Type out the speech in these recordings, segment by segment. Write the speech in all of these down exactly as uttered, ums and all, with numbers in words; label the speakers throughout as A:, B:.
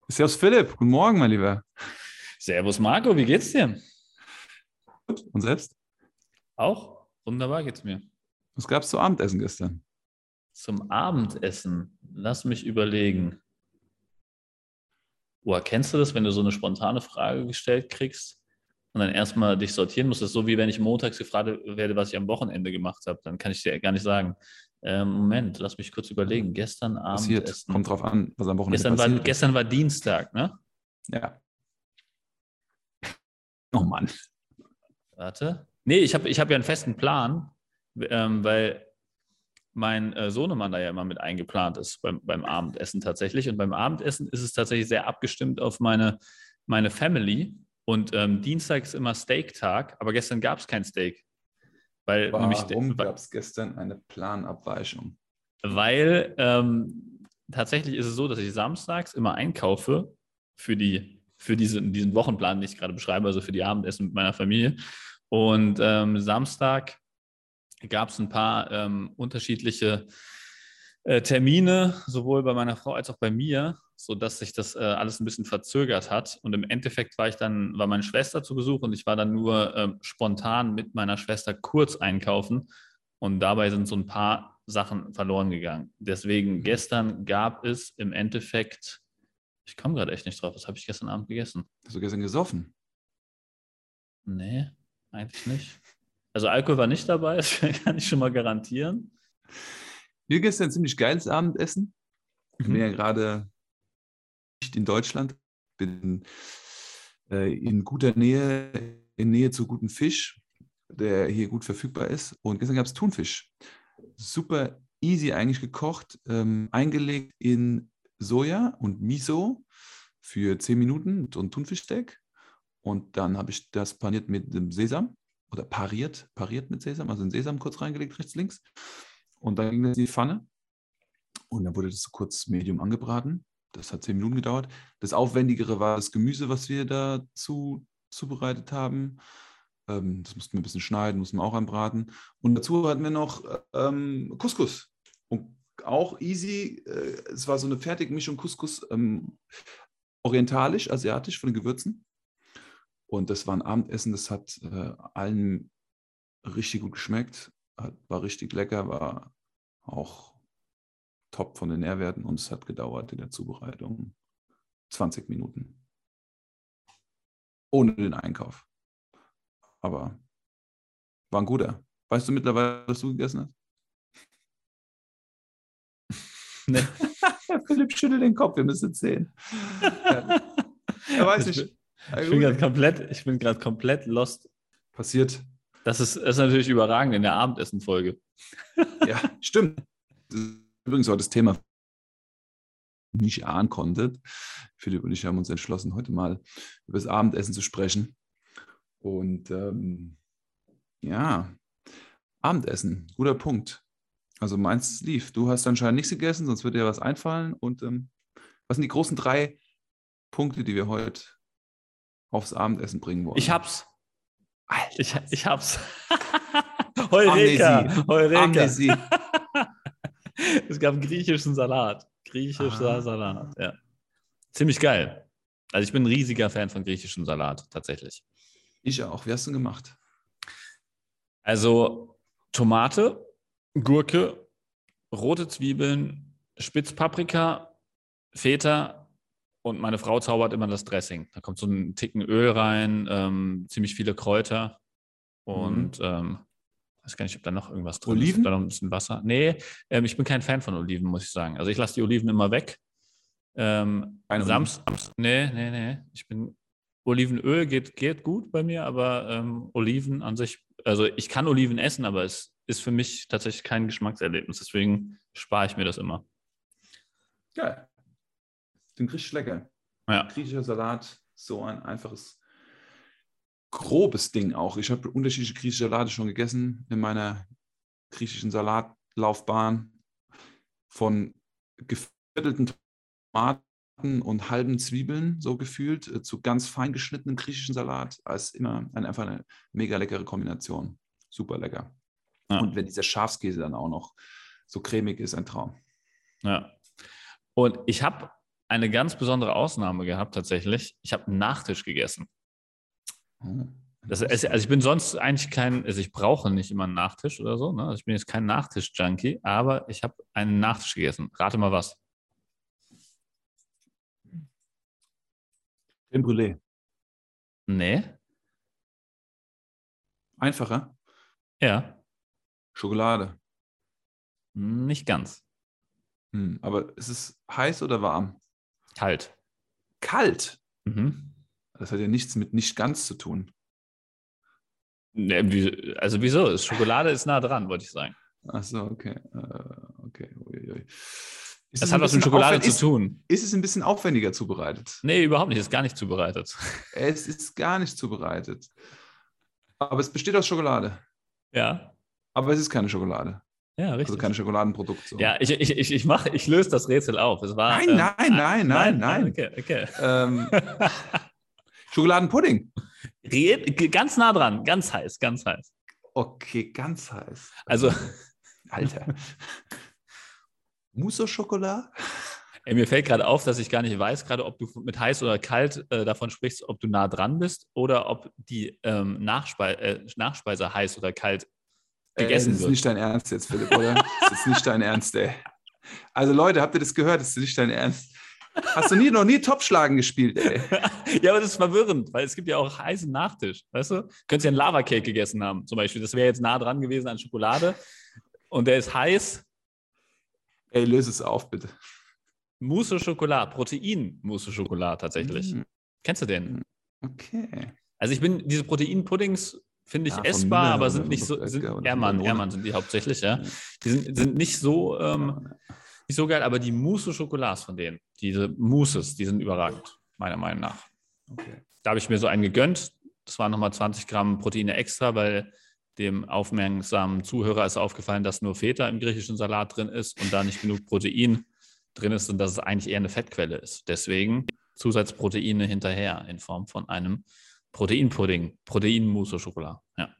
A: Servus Philipp, guten Morgen, mein Lieber.
B: Servus Marco, wie geht's dir?
A: Und selbst?
B: Auch wunderbar geht's mir.
A: Was gab es zu Abendessen gestern?
B: Zum Abendessen, lass mich überlegen. Boah, kennst du das, wenn du so eine spontane Frage gestellt kriegst und dann erstmal dich sortieren musst? Das ist so, wie wenn ich montags gefragt werde, was ich am Wochenende gemacht habe. Dann kann ich dir gar nicht sagen. Ähm, Moment, lass mich kurz überlegen. Gestern
A: Passiert. Kommt
B: Abendessen.
A: drauf an, was am Wochenende
B: Gestern war,
A: passiert ist.
B: gestern war Dienstag, ne?
A: Ja. Oh Mann.
B: Warte. Nee, ich habe ich hab ja einen festen Plan, ähm, weil mein äh, Sohnemann da ja immer mit eingeplant ist beim, beim Abendessen tatsächlich. Und beim Abendessen ist es tatsächlich sehr abgestimmt auf meine, meine Family. Und ähm, Dienstag ist immer Steak-Tag, aber gestern gab es kein Steak. Weil nämlich,
A: Warum gab es gestern eine Planabweichung?
B: weil ähm, tatsächlich ist es so, dass ich samstags immer einkaufe für, die, für diese, diesen Wochenplan, den ich gerade beschreibe, also für die Abendessen mit meiner Familie. Und ähm, Samstag gab es ein paar ähm, unterschiedliche äh, Termine, sowohl bei meiner Frau als auch bei mir, sodass sich das äh, alles ein bisschen verzögert hat. Und im Endeffekt war ich dann, war meine Schwester zu Besuch und ich war dann nur äh, spontan mit meiner Schwester kurz einkaufen. Und dabei sind so ein paar Sachen verloren gegangen. Deswegen gestern gab es im Endeffekt, ich komme gerade echt nicht drauf, was habe ich gestern Abend gegessen?
A: Hast du gestern gesoffen?
B: Nee, eigentlich nicht. Also Alkohol war nicht dabei, das kann ich schon mal garantieren.
A: Wir gestern ein ziemlich geiles Abendessen. Ich bin ja
B: Mhm.
A: gerade nicht in Deutschland, bin äh, in guter Nähe, in Nähe zu gutem Fisch, der hier gut verfügbar ist. Und gestern gab es Thunfisch. Super easy eigentlich gekocht, ähm, eingelegt in Soja und Miso für zehn Minuten, so ein Thunfischsteak. Und dann habe ich das paniert mit dem Sesam oder pariert, pariert mit Sesam, also den Sesam kurz reingelegt, rechts, links. Und dann ging das in die Pfanne und dann wurde das so kurz medium angebraten. Das hat zehn Minuten gedauert. Das Aufwendigere war das Gemüse, was wir dazu zubereitet haben. Ähm, das mussten wir ein bisschen schneiden, mussten wir auch anbraten. Und dazu hatten wir noch ähm, Couscous. Und auch easy. Äh, es war so eine Fertigmischung Couscous, ähm, orientalisch, asiatisch von den Gewürzen. Und das war ein Abendessen, das hat äh, allen richtig gut geschmeckt, hat, war richtig lecker, war auch top von den Nährwerten und es hat gedauert in der Zubereitung zwanzig Minuten. Ohne den Einkauf. Aber war ein guter. Weißt du mittlerweile, was du gegessen hast?
B: Nee.
A: Philipp schüttelt den Kopf, wir müssen es sehen. Ja, er weiß
B: Ich
A: nicht.
B: bin, ich bin gerade komplett, ich bin gerade komplett lost.
A: Passiert.
B: Das ist, das ist natürlich überragend in der Abendessen-Folge.
A: Ja, stimmt. Das ist übrigens auch das Thema, nicht ahnen konntet. Philipp und ich haben uns entschlossen, heute mal über das Abendessen zu sprechen. Und ähm, ja, Abendessen, guter Punkt. Also meins lief. Du hast anscheinend nichts gegessen, sonst würde dir was einfallen. Und ähm, was sind die großen drei Punkte, die wir heute aufs Abendessen bringen
B: Ich
A: wollen?
B: hab's.
A: Alter,
B: Ich, ich hab's.
A: Amnesie.
B: Heureka! Heureka!
A: Amnesie.
B: Es gab griechischen Salat. Griechischer
A: Ah,
B: Salat, ja. Ziemlich geil. Also ich bin ein riesiger Fan von griechischem Salat, tatsächlich.
A: ich auch. Wie hast du denn gemacht?
B: Also Tomate, Gurke, rote Zwiebeln, Spitzpaprika, Feta und meine Frau zaubert immer das Dressing. Da kommt so ein Ticken Öl rein, ähm, ziemlich viele Kräuter
A: Mhm.
B: und ähm, ich weiß gar nicht, ob da noch irgendwas drin ist, ob da noch
A: Oliven?
B: ein bisschen Wasser. Nee, ähm, ich bin kein Fan von Oliven, muss ich sagen. Also ich lasse die Oliven immer weg. Ähm,
A: Keine Oliven.
B: Sams, nee, nee, nee. Ich bin Olivenöl geht, geht gut bei mir, aber ähm, Oliven an sich, also ich kann Oliven essen, aber es ist für mich tatsächlich kein Geschmackserlebnis. Deswegen spare ich mir das immer.
A: Geil. Klingt richtig lecker.
B: Ja.
A: Griechischer Salat, so ein einfaches, grobes Ding auch. Ich habe unterschiedliche griechische Salate schon gegessen in meiner griechischen Salatlaufbahn. Von geviertelten Tomaten und halben Zwiebeln, so gefühlt, äh, zu ganz fein geschnittenem griechischen Salat. Das ist immer ein, einfach eine mega leckere Kombination. Super lecker. Und
B: Ja.
A: wenn dieser Schafskäse dann auch noch so cremig ist, ein Traum.
B: Ja. Und ich habe eine ganz besondere Ausnahme gehabt tatsächlich. Ich habe einen Nachtisch gegessen.
A: Oh,
B: Das, also ich bin sonst eigentlich kein, also ich brauche nicht immer einen Nachtisch oder so. Ne? Also ich bin jetzt kein Nachtisch-Junkie, aber ich habe einen Nachtisch gegessen. Rate mal was.
A: Creme Brûlée.
B: Nee?
A: Einfacher.
B: Ja,
A: Schokolade.
B: nicht ganz.
A: Hm, aber ist es heiß oder warm?
B: Kalt.
A: Kalt.
B: Mhm.
A: Das hat ja nichts mit nicht ganz zu tun.
B: Nee, wie- also wieso? Schokolade ist nah dran, wollte ich sagen.
A: Ach so, okay. Äh, okay. Uiui. Ist
B: Das
A: es
B: hat
A: ein
B: was mit
A: bisschen
B: Schokolade
A: aufwend-
B: zu
A: ist,
B: tun.
A: ist es ein bisschen aufwendiger zubereitet?
B: Nee, überhaupt nicht. Ist gar nicht zubereitet.
A: Es ist gar nicht zubereitet. Aber es besteht aus Schokolade.
B: Ja,
A: Aber es ist keine Schokolade.
B: ja,
A: Also
B: richtig.
A: kein Schokoladenprodukt. So.
B: Ja, ich, ich, ich, ich, mach, ich löse das Rätsel auf. Es war,
A: Nein,
B: ähm,
A: nein,
B: ah,
A: nein, nein, nein.
B: Okay, okay.
A: Ähm, Schokoladenpudding.
B: Re- Ganz nah dran, ganz heiß, ganz heiß.
A: Okay, ganz heiß.
B: Also,
A: Alter. Mousse au Chocolat?
B: ey, mir fällt gerade auf, dass ich gar nicht weiß, gerade ob du mit heiß oder kalt äh, davon sprichst, ob du nah dran bist oder ob die ähm, Nachspe äh, Nachspeise heiß oder kalt
A: Äh,
B: gegessen
A: das ist
B: wird.
A: nicht dein Ernst jetzt, Philipp, oder? Das ist nicht dein Ernst, ey. Also Leute, habt ihr das gehört? Das ist nicht dein Ernst. Hast du nie, noch nie Topfschlagen gespielt, ey?
B: Ja, aber das ist verwirrend, weil es gibt ja auch heißen Nachtisch, weißt du? Du könntest ja einen Lava-Cake gegessen haben, zum Beispiel. Das wäre jetzt nah dran gewesen an Schokolade und der ist heiß.
A: Ey, löse es auf, bitte.
B: Mousse au Chocolat, Protein-Mousse au Chocolat tatsächlich.
A: Mhm.
B: Kennst du den?
A: Okay.
B: Also ich bin, diese Protein-Puddings finde ich
A: Ja, von
B: essbar,
A: Müller
B: aber
A: oder
B: sind nicht so,
A: Rudolf
B: sind,
A: Oetker oder
B: Ehrmann,
A: von
B: Ehrmann sind die hauptsächlich, ja.
A: Ja.
B: Die sind, sind nicht so, ähm, nicht so geil, aber die Mousse au Chocolat von denen, diese Mousses, die sind überragend, meiner Meinung nach.
A: Okay.
B: Da habe ich mir so einen gegönnt. Das waren nochmal zwanzig Gramm Proteine extra, weil dem aufmerksamen Zuhörer ist aufgefallen, dass nur Feta im griechischen Salat drin ist und da nicht genug Protein drin ist und dass es eigentlich eher eine Fettquelle ist. Deswegen Zusatzproteine hinterher in Form von einem Proteinpudding, Proteinmousse au Chocolat. Ja.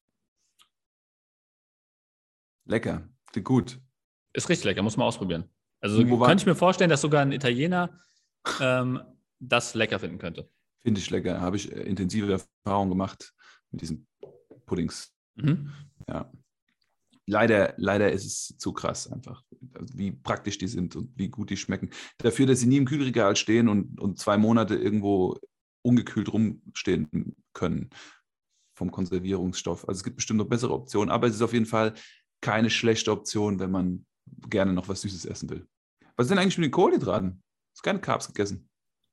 A: Lecker. Klingt gut.
B: Ist richtig lecker, muss man ausprobieren. Also
A: Wo war-
B: könnte ich mir vorstellen, dass sogar ein Italiener ähm, das lecker finden könnte.
A: Finde ich lecker. Habe ich äh, intensive Erfahrungen gemacht mit diesen Puddings.
B: Mhm.
A: Ja. Leider, leider ist es zu krass einfach, also wie praktisch die sind und wie gut die schmecken. Dafür, dass sie nie im Kühlregal stehen und, und zwei Monate irgendwo ungekühlt rumstehen können vom Konservierungsstoff. Also es gibt bestimmt noch bessere Optionen, aber es ist auf jeden Fall keine schlechte Option, wenn man gerne noch was Süßes essen will. Was ist denn eigentlich mit den Kohlenhydraten? Hast du keine Carbs gegessen?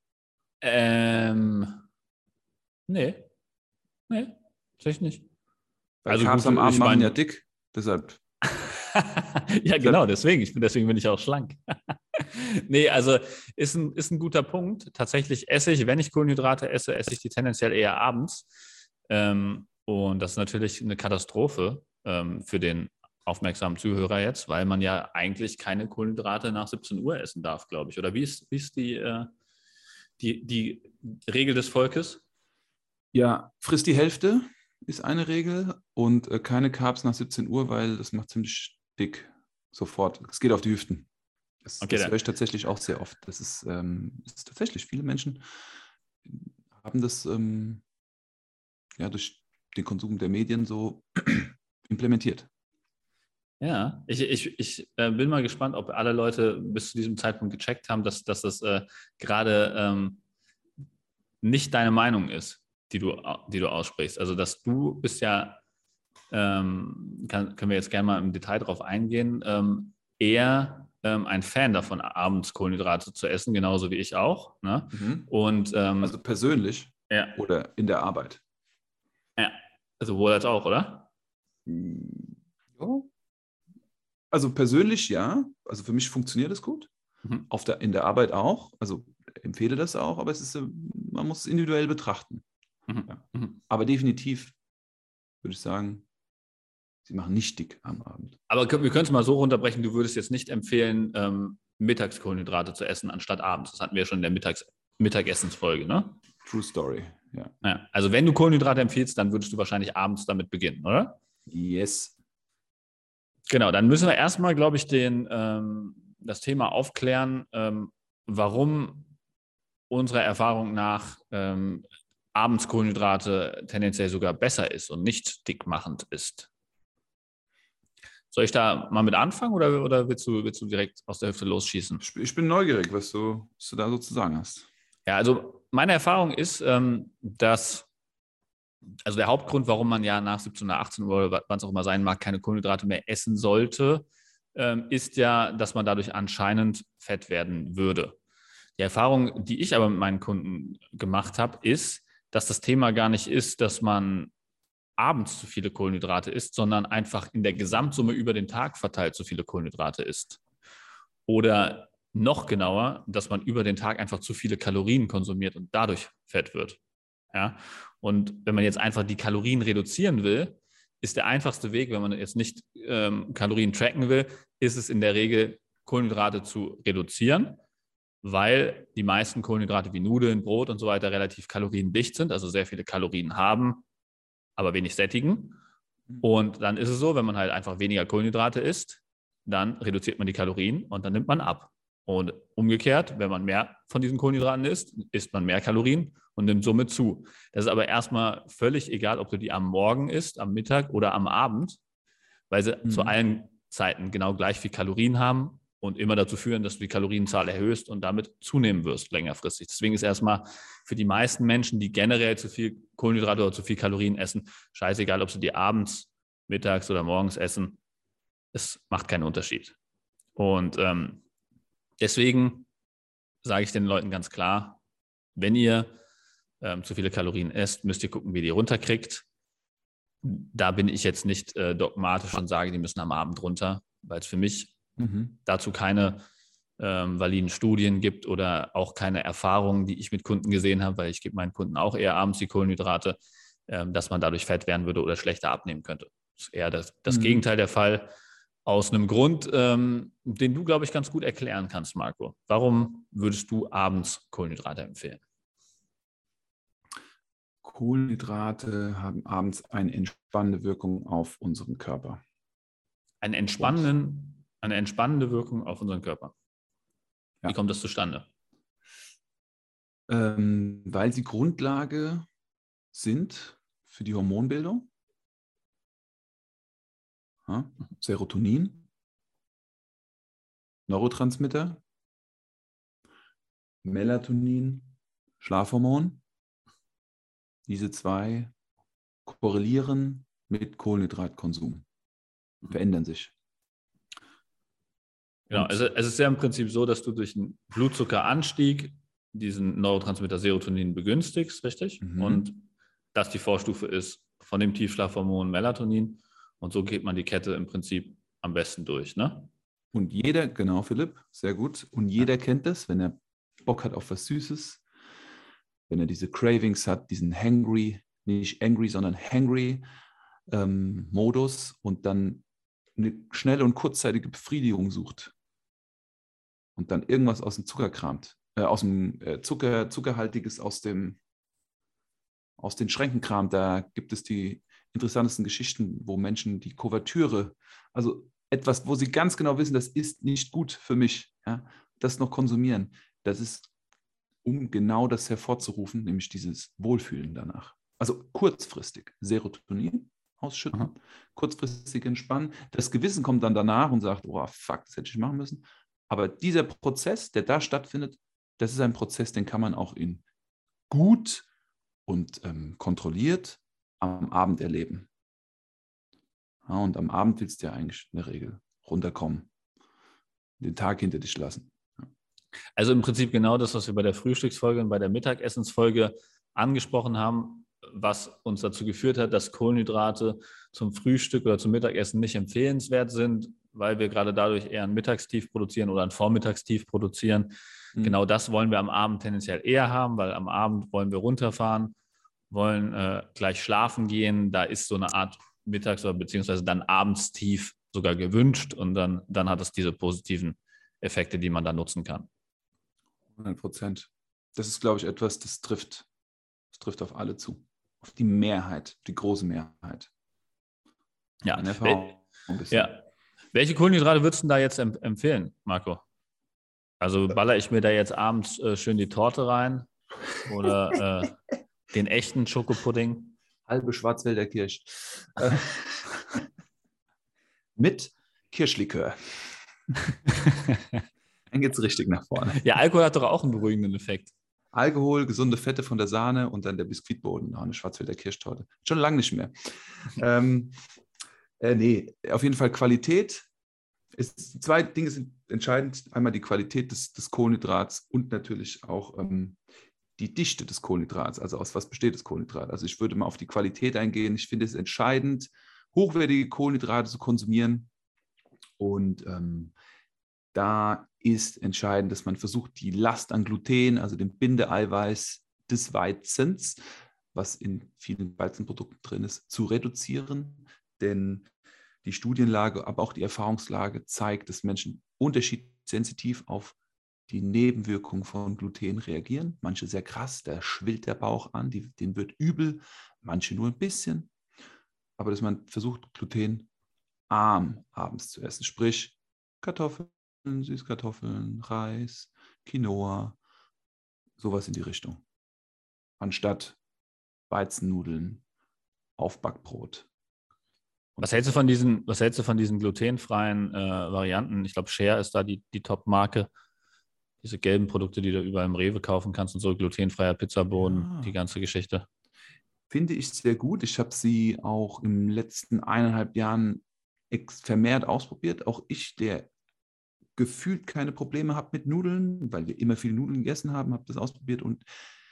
B: Ähm, nee. Nee, tatsächlich nicht.
A: Weil
B: Also
A: Carbs
B: gut,
A: am Abend
B: ich
A: machen
B: mein-
A: ja dick. Deshalb.
B: Ja, genau, deswegen. Ich bin, deswegen bin ich auch schlank. Nee, also ist ein, ist ein guter Punkt. Tatsächlich esse ich, wenn ich Kohlenhydrate esse, esse ich die tendenziell eher abends. Ähm, und das ist natürlich eine Katastrophe ähm, für den aufmerksamen Zuhörer jetzt, weil man ja eigentlich keine Kohlenhydrate nach siebzehn Uhr essen darf, glaube ich. Oder wie ist, wie ist die, äh, die, die Regel des Volkes?
A: Ja, frisst die Hälfte ist eine Regel und äh, keine Carbs nach siebzehn Uhr, weil das macht ziemlich dick sofort. Es geht auf die Hüften. Das,
B: Okay,
A: das
B: dann-
A: höre ich tatsächlich auch sehr oft. Das ist, ähm, das ist tatsächlich, viele Menschen haben das ähm, ja, durch den Konsum der Medien so implementiert.
B: Ja, ich, ich, ich äh, bin mal gespannt, ob alle Leute bis zu diesem Zeitpunkt gecheckt haben, dass, dass das äh, gerade ähm, nicht deine Meinung ist, die du, die du aussprichst. Also, dass du bist ja, ähm, kann, können wir jetzt gerne mal im Detail drauf eingehen, ähm, eher ähm, ein Fan davon, abends Kohlenhydrate zu essen, genauso wie ich auch. Ne?
A: Mhm.
B: Und ähm,
A: Also persönlich
B: ja,
A: oder in der Arbeit.
B: ja, also wohl als auch, oder?
A: Ja. Also persönlich ja. Also für mich funktioniert das gut.
B: Mhm.
A: Auf der, in der Arbeit auch. Also empfehle das auch, aber es ist, äh, man muss es individuell betrachten.
B: Mhm.
A: Ja.
B: Mhm.
A: Aber definitiv würde ich sagen, sie machen nicht dick am Abend.
B: Aber wir können es mal so runterbrechen, du würdest jetzt nicht empfehlen, ähm, Mittagskohlenhydrate zu essen anstatt abends. Das hatten wir schon in der Mittags Mittagessensfolge, ne?
A: True Story, ja.
B: Ja. Also wenn du Kohlenhydrate empfiehlst, dann würdest du wahrscheinlich abends damit beginnen, oder?
A: Yes.
B: Genau, dann müssen wir erstmal, glaube ich, den, ähm, das Thema aufklären, ähm, warum unserer Erfahrung nach ähm, abends Kohlenhydrate tendenziell sogar besser ist und nicht dickmachend ist. Soll ich da mal mit anfangen oder, oder willst du, willst du direkt aus der Hüfte losschießen?
A: Ich bin neugierig, was du, was du da so zu sagen hast.
B: Ja, also meine Erfahrung ist, ähm, dass also der Hauptgrund, warum man ja nach siebzehn oder achtzehn Uhr oder wann es auch immer sein mag, keine Kohlenhydrate mehr essen sollte, ähm, ist ja, dass man dadurch anscheinend fett werden würde. Die Erfahrung, die ich aber mit meinen Kunden gemacht habe, ist, dass das Thema gar nicht ist, dass man abends zu viele Kohlenhydrate isst, sondern einfach in der Gesamtsumme über den Tag verteilt zu viele Kohlenhydrate isst. Oder noch genauer, dass man über den Tag einfach zu viele Kalorien konsumiert und dadurch fett wird. Ja? Und wenn man jetzt einfach die Kalorien reduzieren will, ist der einfachste Weg, wenn man jetzt nicht ähm, Kalorien tracken will, ist es in der Regel, Kohlenhydrate zu reduzieren, weil die meisten Kohlenhydrate wie Nudeln, Brot und so weiter relativ kaloriendicht sind, also sehr viele Kalorien haben, aber wenig sättigen. Und dann ist es so, wenn man halt einfach weniger Kohlenhydrate isst, dann reduziert man die Kalorien und dann nimmt man ab. Und umgekehrt, wenn man mehr von diesen Kohlenhydraten isst, isst man mehr Kalorien und nimmt somit zu. Das ist aber erstmal völlig egal, ob du die am Morgen isst, am Mittag oder am Abend, weil sie mhm. zu allen Zeiten genau gleich viel Kalorien haben und immer dazu führen, dass du die Kalorienzahl erhöhst und damit zunehmen wirst längerfristig. Deswegen ist erstmal für die meisten Menschen, die generell zu viel Kohlenhydrate oder zu viel Kalorien essen, scheißegal, ob sie die abends, mittags oder morgens essen, es macht keinen Unterschied. Und ähm, deswegen sage ich den Leuten ganz klar, wenn ihr ähm, zu viele Kalorien esst, müsst ihr gucken, wie ihr die runterkriegt. Da bin ich jetzt nicht äh, dogmatisch und sage, die müssen am Abend runter, weil es für mich mhm. dazu keine ähm, validen Studien gibt oder auch keine Erfahrungen, die ich mit Kunden gesehen habe, weil ich gebe meinen Kunden auch eher abends die Kohlenhydrate, ähm, dass man dadurch fett werden würde oder schlechter abnehmen könnte. Das ist eher das, das mhm. Gegenteil der Fall. Aus einem Grund, ähm, den du, glaube ich, ganz gut erklären kannst, Marco. Warum würdest du abends Kohlenhydrate empfehlen?
A: Kohlenhydrate haben abends eine entspannende Wirkung auf unseren Körper.
B: Eine, entspannenden, eine entspannende Wirkung auf unseren Körper. Ja. Wie kommt das zustande?
A: Ähm, weil sie Grundlage sind für die Hormonbildung. Ja, Serotonin, Neurotransmitter, Melatonin, Schlafhormon. Diese zwei korrelieren mit Kohlenhydratkonsum, verändern sich.
B: Genau, also es ist ja im Prinzip so, dass du durch einen Blutzuckeranstieg diesen Neurotransmitter Serotonin begünstigst, richtig? Mhm. Und das die Vorstufe ist von dem Tiefschlafhormon Melatonin. Und so geht man die Kette im Prinzip am besten durch, ne?
A: Und jeder, genau Philipp, sehr gut. Und jeder ja. kennt das, wenn er Bock hat auf was Süßes, wenn er diese Cravings hat, diesen Hangry, nicht angry, sondern hangry ähm, Modus und dann eine schnelle und kurzzeitige Befriedigung sucht und dann irgendwas aus dem Zucker kramt, äh, aus dem äh, Zucker, Zuckerhaltiges aus dem aus den Schränken kramt. Da gibt es die interessantesten Geschichten, wo Menschen die Kuvertüre, also etwas, wo sie ganz genau wissen, das ist nicht gut für mich, ja, das noch konsumieren. Das ist, um genau das hervorzurufen, nämlich dieses Wohlfühlen danach. Also kurzfristig Serotonin ausschütten, Aha. kurzfristig entspannen. Das Gewissen kommt dann danach und sagt, oh fuck, das hätte ich machen müssen. Aber dieser Prozess, der da stattfindet, das ist ein Prozess, den kann man auch in gut und ähm, kontrolliert am Abend erleben. Ja, und am Abend willst du ja eigentlich in der Regel runterkommen, den Tag hinter dich lassen. Ja.
B: Also im Prinzip genau das, was wir bei der Frühstücksfolge und bei der Mittagessensfolge angesprochen haben, was uns dazu geführt hat, dass Kohlenhydrate zum Frühstück oder zum Mittagessen nicht empfehlenswert sind, weil wir gerade dadurch eher ein Mittagstief produzieren oder ein Vormittagstief produzieren. Mhm. Genau das wollen wir am Abend tendenziell eher haben, weil am Abend wollen wir runterfahren, wollen äh, gleich schlafen gehen. Da ist so eine Art Mittags- oder beziehungsweise dann Abendstief sogar gewünscht und dann, dann hat es diese positiven Effekte, die man da nutzen kann.
A: hundert Prozent. Das ist, glaube ich, etwas, das trifft, das trifft auf alle zu. Auf die Mehrheit, die große Mehrheit.
B: Ja. Wel- ja. Welche Kohlenhydrate würdest du da jetzt empfehlen, Marco? Also baller ich mir da jetzt abends äh, schön die Torte rein oder äh, den echten Schokopudding?
A: Halbe Schwarzwälder Kirsch. Äh, mit Kirschlikör. Dann geht es richtig nach vorne.
B: Ja, Alkohol hat doch auch einen beruhigenden Effekt.
A: Alkohol, gesunde Fette von der Sahne und dann der Biskuitboden. Oh, eine Schwarzwälder Kirschtorte. Schon lange nicht mehr. ähm, äh, nee, auf jeden Fall Qualität. Ist, zwei Dinge sind entscheidend. Einmal die Qualität des, des Kohlenhydrats und natürlich auch ähm, die Dichte des Kohlenhydrats. Also aus was besteht das Kohlenhydrat? Also ich würde mal auf die Qualität eingehen. Ich finde es entscheidend, hochwertige Kohlenhydrate zu konsumieren. Und ähm, da ist entscheidend, dass man versucht, die Last an Gluten, also dem Bindeeiweiß des Weizens, was in vielen Weizenprodukten drin ist, zu reduzieren. Denn die Studienlage, aber auch die Erfahrungslage zeigt, dass Menschen unterschiedssensitiv auf die Nebenwirkungen von Gluten reagieren. Manche sehr krass, da schwillt der Bauch an, die, denen wird übel, manche nur ein bisschen. Aber dass man versucht, glutenarm abends zu essen, sprich Kartoffeln, Süßkartoffeln, Reis, Quinoa, sowas in die Richtung. Anstatt Weizennudeln, Aufbackbrot.
B: Was hältst du von diesen, was hältst du von diesen glutenfreien äh, Varianten? Ich glaube, Share ist da die, die Top-Marke. Diese gelben Produkte, die du überall im Rewe kaufen kannst und so, glutenfreier Pizzaboden, ja. Die ganze Geschichte.
A: Finde ich sehr gut. Ich habe sie auch im letzten eineinhalb Jahren vermehrt ausprobiert. Auch ich, der gefühlt keine Probleme habe mit Nudeln, weil wir immer viele Nudeln gegessen haben, habe das ausprobiert und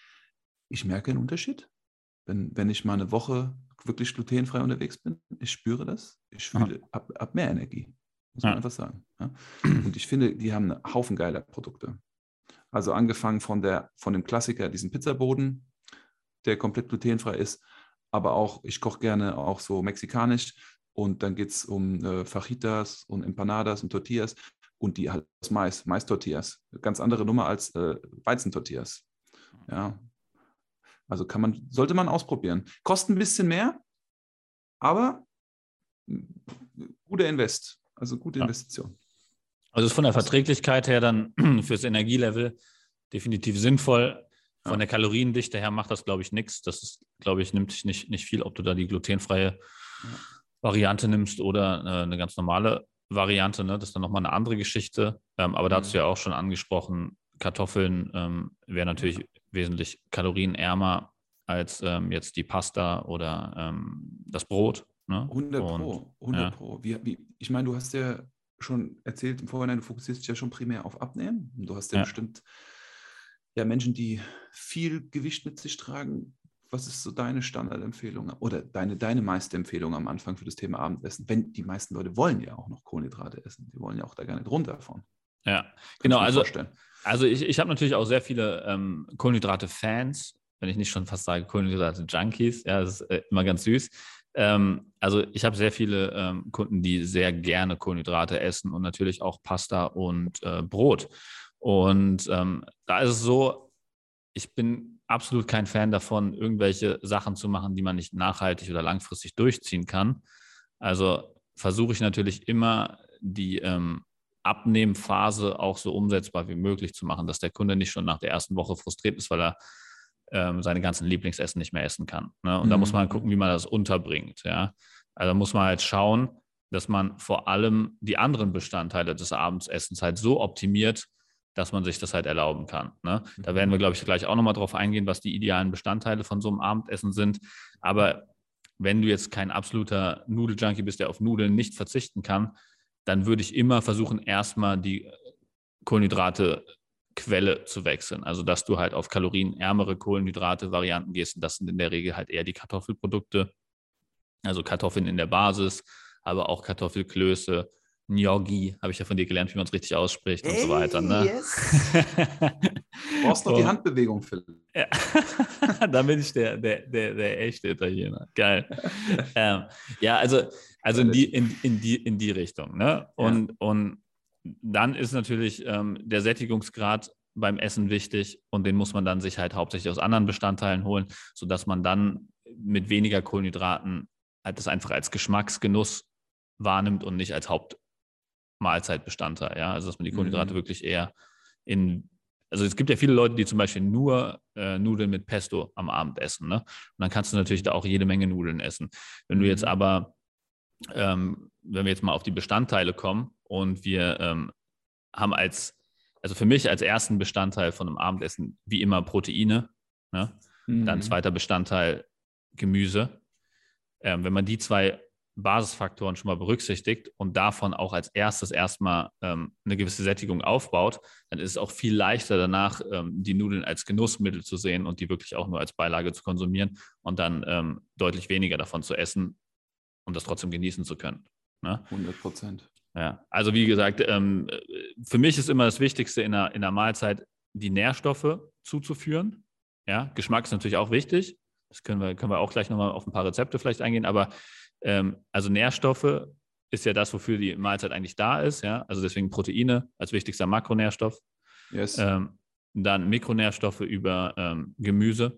A: ich merke einen Unterschied. Wenn, wenn ich mal eine Woche wirklich glutenfrei unterwegs bin, ich spüre das. Ich fühle ab, ab mehr Energie, muss man ja. einfach sagen. Ja? Und ich finde, die haben einen Haufen geiler Produkte. Also angefangen von, der, von dem Klassiker, diesem Pizzaboden, der komplett glutenfrei ist, aber auch, ich koche gerne auch so mexikanisch und dann geht es um äh, Fajitas und Empanadas und Tortillas und die halt aus Mais, Mais-Tortillas. Ganz andere Nummer als äh, Weizentortillas. Ja. Also kann man, sollte man ausprobieren. Kostet ein bisschen mehr, aber guter Invest, also gute ja. Investition.
B: Also ist von der Verträglichkeit her dann fürs Energielevel definitiv sinnvoll. Von ja. der Kaloriendichte her macht das, glaube ich, nichts. Das ist, glaube ich, nimmt sich nicht, nicht viel, ob du da die glutenfreie ja. Variante nimmst oder äh, eine ganz normale Variante. Ne? Das ist dann nochmal eine andere Geschichte. Ähm, aber mhm. da hast du ja auch schon angesprochen, Kartoffeln ähm, wäre natürlich ja. wesentlich kalorienärmer als ähm, jetzt die Pasta oder ähm, das Brot. Ne?
A: hundert Pro, hundert Pro. Wie, wie, ich meine, du hast ja schon erzählt im Vorhinein, du fokussierst dich ja schon primär auf Abnehmen. Du hast ja, ja. bestimmt ja, Menschen, die viel Gewicht mit sich tragen. Was ist so deine Standardempfehlung oder deine, deine meiste Empfehlung am Anfang für das Thema Abendessen? Wenn die meisten Leute wollen ja auch noch Kohlenhydrate essen. Die wollen ja auch da gar nicht runter davon.
B: Ja, Kann genau. Also, also ich, ich habe natürlich auch sehr viele ähm, Kohlenhydrate-Fans, wenn ich nicht schon fast sage Kohlenhydrate-Junkies. Ja, das ist äh, immer ganz süß. Ähm, also ich habe sehr viele ähm, Kunden, die sehr gerne Kohlenhydrate essen und natürlich auch Pasta und äh, Brot. Und ähm, da ist es so, ich bin absolut kein Fan davon, irgendwelche Sachen zu machen, die man nicht nachhaltig oder langfristig durchziehen kann. Also versuche ich natürlich immer, die ähm, Abnehmphase auch so umsetzbar wie möglich zu machen, dass der Kunde nicht schon nach der ersten Woche frustriert ist, weil er ähm, seine ganzen Lieblingsessen nicht mehr essen kann. Ne? Und mhm. da muss man halt gucken, wie man das unterbringt. Ja? Also muss man halt schauen, dass man vor allem die anderen Bestandteile des Abendessens halt so optimiert, dass man sich das halt erlauben kann. Ne? Da werden wir, glaube ich, gleich auch nochmal drauf eingehen, was die idealen Bestandteile von so einem Abendessen sind. Aber wenn du jetzt kein absoluter Nudeljunkie bist, der auf Nudeln nicht verzichten kann, dann würde ich immer versuchen, erstmal die Kohlenhydrate-Quelle zu wechseln. Also, dass du halt auf kalorienärmere Kohlenhydrate-Varianten gehst. Und das sind in der Regel halt eher die Kartoffelprodukte. Also Kartoffeln in der Basis, aber auch Kartoffelklöße, Gnocchi, habe ich ja von dir gelernt, wie man es richtig ausspricht hey, und so weiter. Ne?
A: Yes. Du brauchst noch die Handbewegung, Philipp.
B: Ja. Dann bin ich der, der, der, der echte Italiener. Geil. ähm, ja, also, also in, die, in, in, die, in die Richtung. Ne? Und, ja. und dann ist natürlich ähm, der Sättigungsgrad beim Essen wichtig und den muss man dann sich halt hauptsächlich aus anderen Bestandteilen holen, sodass man dann mit weniger Kohlenhydraten halt das einfach als Geschmacksgenuss wahrnimmt und nicht als Hauptmahlzeitbestandteil. Ja? Also dass man die Kohlenhydrate mhm. wirklich eher in, also es gibt ja viele Leute, die zum Beispiel nur äh, Nudeln mit Pesto am Abend essen, ne? Und dann kannst du natürlich da auch jede Menge Nudeln essen. Wenn du jetzt aber, ähm, wenn wir jetzt mal auf die Bestandteile kommen und wir ähm, haben als, also für mich als ersten Bestandteil von einem Abendessen wie immer Proteine, ne?
A: Mhm.
B: Dann zweiter Bestandteil Gemüse. Ähm, wenn man die zwei Basisfaktoren schon mal berücksichtigt und davon auch als erstes erstmal ähm, eine gewisse Sättigung aufbaut, dann ist es auch viel leichter danach, ähm, die Nudeln als Genussmittel zu sehen und die wirklich auch nur als Beilage zu konsumieren und dann ähm, deutlich weniger davon zu essen und das trotzdem genießen zu können. Ne?
A: hundert Prozent.
B: Ja, also wie gesagt, ähm, für mich ist immer das Wichtigste in der, in der Mahlzeit, die Nährstoffe zuzuführen. Ja, Geschmack ist natürlich auch wichtig. Das können wir, können wir auch gleich nochmal auf ein paar Rezepte vielleicht eingehen. Aber ähm, also Nährstoffe ist ja das, wofür die Mahlzeit eigentlich da ist. Ja, also deswegen Proteine als wichtigster Makronährstoff.
A: Yes.
B: Ähm, dann Mikronährstoffe über ähm, Gemüse.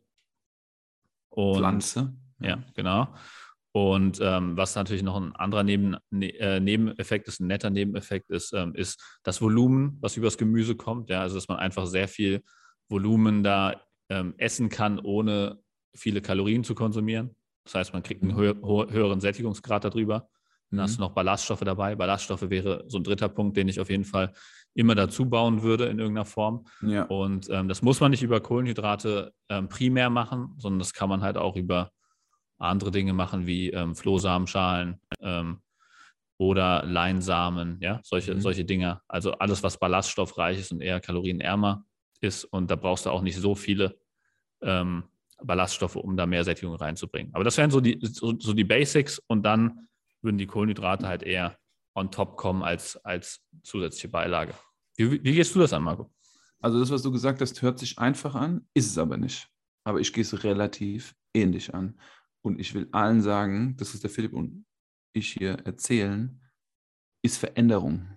B: Und,
A: Pflanze.
B: Ja, ja genau. Und ähm, was natürlich noch ein anderer Neben, ne, äh, Nebeneffekt ist, ein netter Nebeneffekt ist, ähm, ist das Volumen, was übers Gemüse kommt. Ja, also dass man einfach sehr viel Volumen da ähm, essen kann, ohne viele Kalorien zu konsumieren. Das heißt, man kriegt einen hö hö höheren Sättigungsgrad darüber. Dann mhm. hast du noch Ballaststoffe dabei. Ballaststoffe wäre so ein dritter Punkt, den ich auf jeden Fall immer dazu bauen würde in irgendeiner Form.
A: Ja.
B: Und ähm, das muss man nicht über Kohlenhydrate ähm, primär machen, sondern das kann man halt auch über andere Dinge machen wie ähm, Flohsamenschalen ähm, oder Leinsamen, ja, solche, mhm. solche Dinge. Also alles, was ballaststoffreich ist und eher kalorienärmer ist. Und da brauchst du auch nicht so viele ähm, Ballaststoffe, um da mehr Sättigung reinzubringen. Aber das wären so die, so, so die Basics und dann würden die Kohlenhydrate halt eher on top kommen als, als zusätzliche Beilage. Wie, wie gehst du das an, Marco?
A: Also das, was du gesagt hast, hört sich einfach an, ist es aber nicht. Aber ich gehe es relativ ähnlich an. Und ich will allen sagen, das ist der Philipp und ich hier erzählen, ist Veränderung.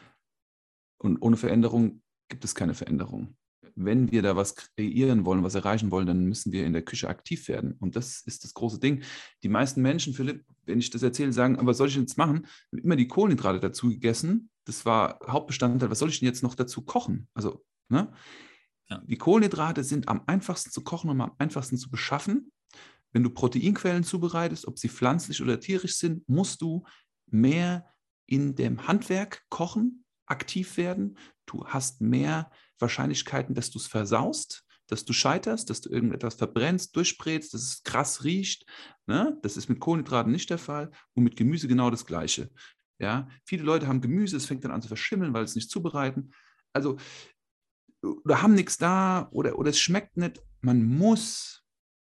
A: Und ohne Veränderung gibt es keine Veränderung. Wenn wir da was kreieren wollen, was erreichen wollen, dann müssen wir in der Küche aktiv werden. Und das ist das große Ding. Die meisten Menschen, Philipp, wenn ich das erzähle, sagen, aber was soll ich jetzt machen? Ich habe immer die Kohlenhydrate dazu gegessen. Das war Hauptbestandteil. Was soll ich denn jetzt noch dazu kochen? Also, ne? Ja. Die Kohlenhydrate sind am einfachsten zu kochen und am einfachsten zu beschaffen. Wenn du Proteinquellen zubereitest, ob sie pflanzlich oder tierisch sind, musst du mehr in dem Handwerk kochen, aktiv werden. Du hast mehr Wahrscheinlichkeiten, dass du es versaust, dass du scheiterst, dass du irgendetwas verbrennst, durchbrätst, dass es krass riecht. Ne? Das ist mit Kohlenhydraten nicht der Fall und mit Gemüse genau das Gleiche. Ja? Viele Leute haben Gemüse, es fängt dann an zu verschimmeln, weil es nicht zubereiten. Also, oder haben nichts da oder, oder es schmeckt nicht. Man muss